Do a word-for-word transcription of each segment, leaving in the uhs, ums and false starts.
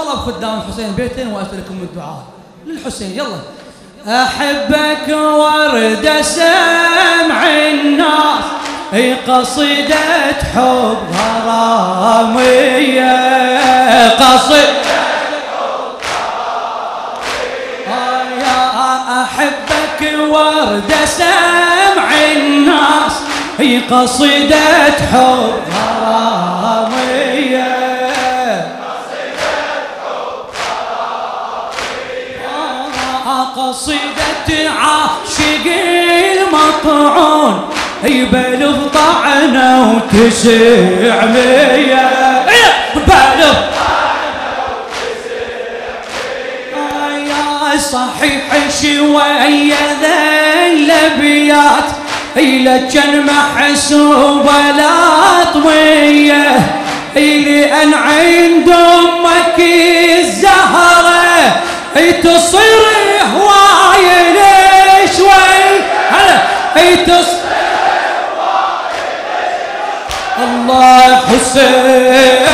طلب خدام الحسين بيتين وأسألكم الدعاء للحسين. يلا. أحبك ورد سمع الناس قصيدة حب غرامية قصيدة حب غرامية أحبك ورد سمع الناس قصيدة حب غرامية قصيدة عاشق المطعون يبلغ طعنه وتسع مية بلغ طعنه وتسع مية صحيح شوية ذا الأبيات لجن محسوبة لا طوية لأن عند أمك الزهرة تصير هواية ليش وي هلا تصير هواية الله حسين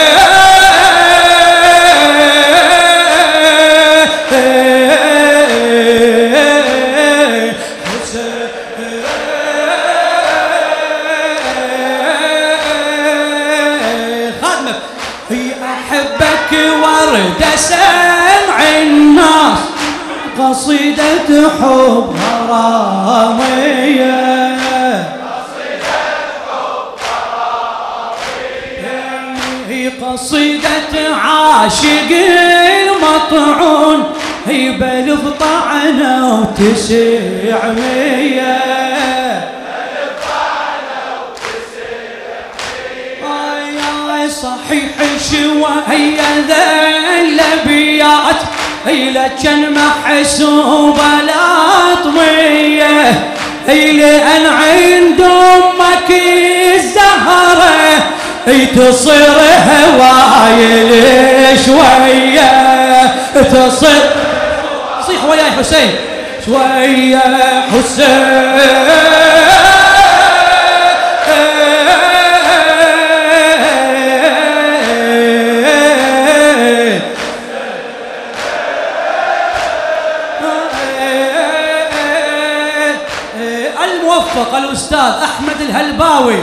خادمك أحبك ورد سمع الناس قصيدة حب غرامية قصيدة حب غرامية قصيدة عاشق المطعون يبلغ طعنه وتسع مية صحيح شوية ذا الأبيات لجن محسوبة لا طوية لأن عند أمك الزهرة تصير هواية شوية تصير صيح وياي حسين شوية حسين الأستاذ أحمد الهلباوي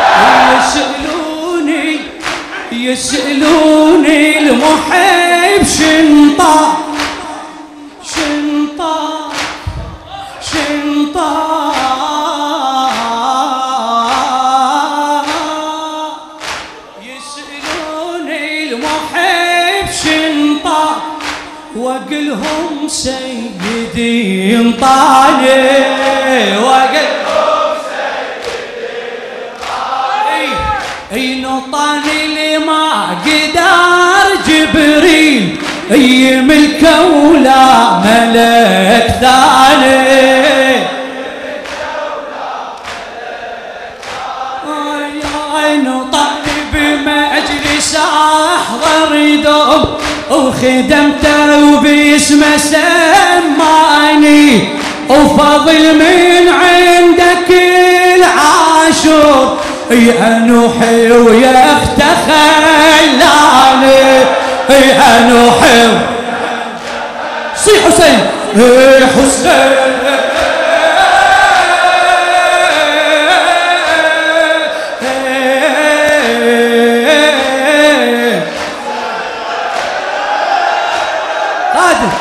يسألوني يسألوني المحب شنطة شنطة شنطة يسألوني المحب شنطة وأقلهم سيدي انطاني وأقل نطاني لما قدر جبريل يملك ولا ملك ثاني نطاني بمجلس احضر دوم وخدمته وباسمه سماني وفضل من عندك العاشور يا نوحي ويا اخت خلاني يا نوحي صي حسين يا حسين قادر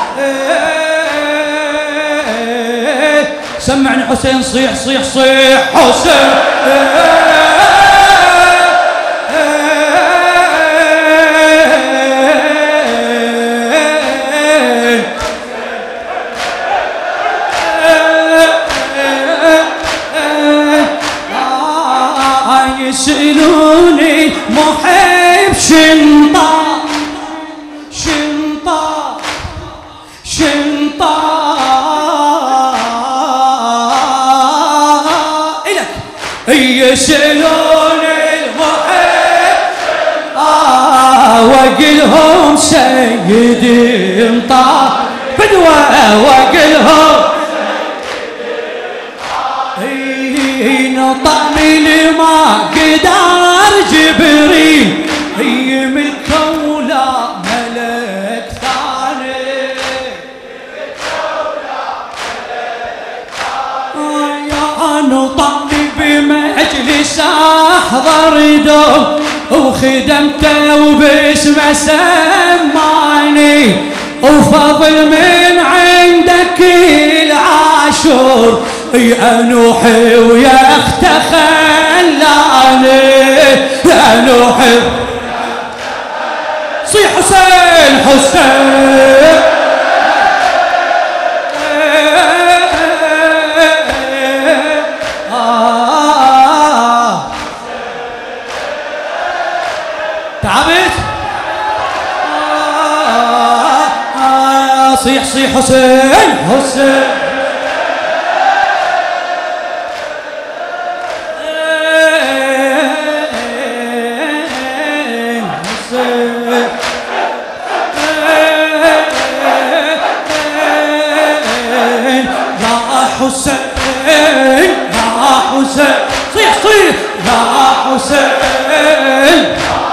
سمعني حسين صيح صيح صيح حسين يسألوني محب شنطة شنطة شنطة إلك يسألوني المحب آه وأقلهم سيدي انطى بدوى وأقلهم نطعني لما قدر جبريل يملك ولا ملك نطني بمجلس احضر دوم وخدمته وباسمه سماني وفضل من عندك العاشور يا نوحي ويا اخت خلاني يا نوحي صيح حسين حسين تعبت صيح صيح حسين حسين حسين يا حسين صيح صيح يا حسين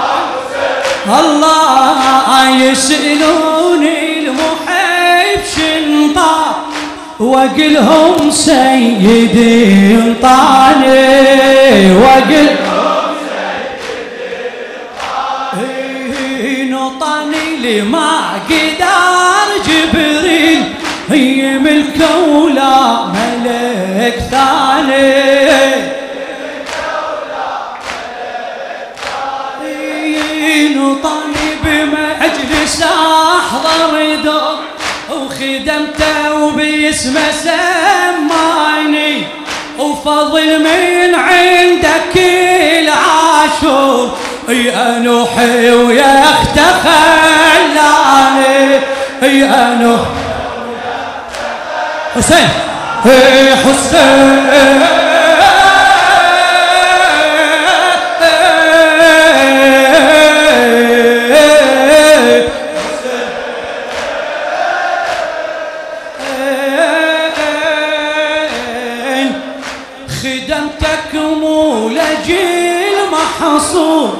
الله يسألوني المحب شنطار واقلهم سيدي انطاني واقلهم سيدي انطاني نطاني لما قدر جبريل هي ملكه ولا ملك ثاني نطاني بمجلس احضر دوم وخدمته وباسمه سماني وفضل من عندك العاشور يا نوحي ويا اخت خلاني يا نوحي حسين حسين خدمتك مو لجيل محصور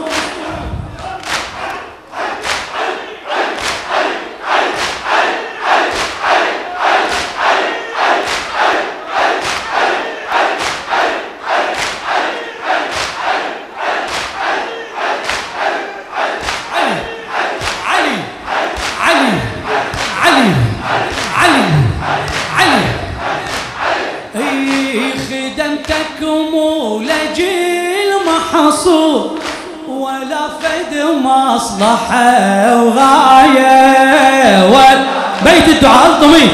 خدمتك مو لجيل محصور ولا فد مصلحة وغاية ولا بيت الدعاء الضمير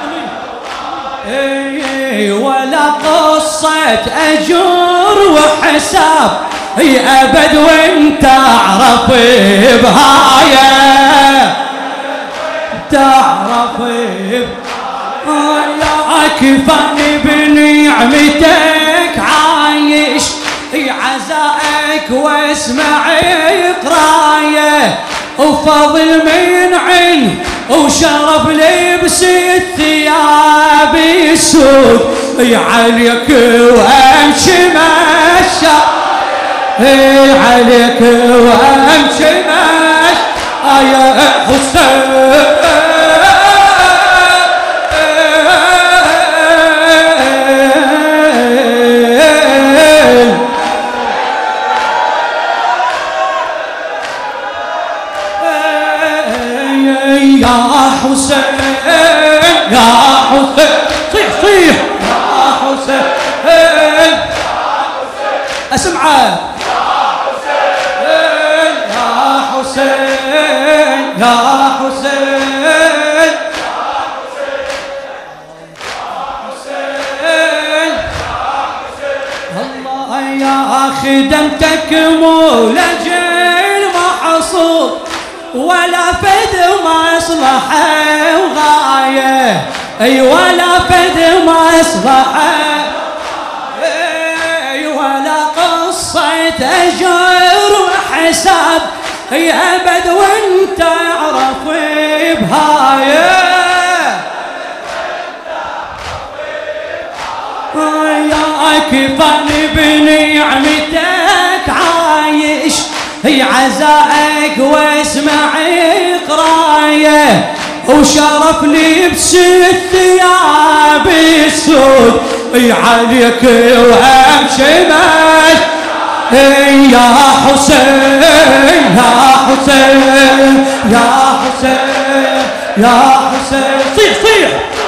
ولا قصة أجر وحساب أبد وانت تعرف بهاية تعرف بهاية كفاني بنعمتك عايش عزائك واسمع قرايه وفضل من عين وشرف لبس الثياب السود عليك وامشي مشى عليك وامشي مشى يا حسين حسين يا حسين صيح صيح يا حسين اسمعه يا حسين يا حسين يا حسين الله يا خدمتك مو لجيل محصور ولا فد مصلحة وغاية اي ولا فد مصلحة اي ولا قصة اجر وحساب اي ابد وانت اعرف بهاية يا كفاني بنعمتك عايش هي عزائك واسمع قرايه وشرف لبس الثياب السود عليك وامشي ماشي يا حسين يا حسين يا حسين يا حسين صيح صيح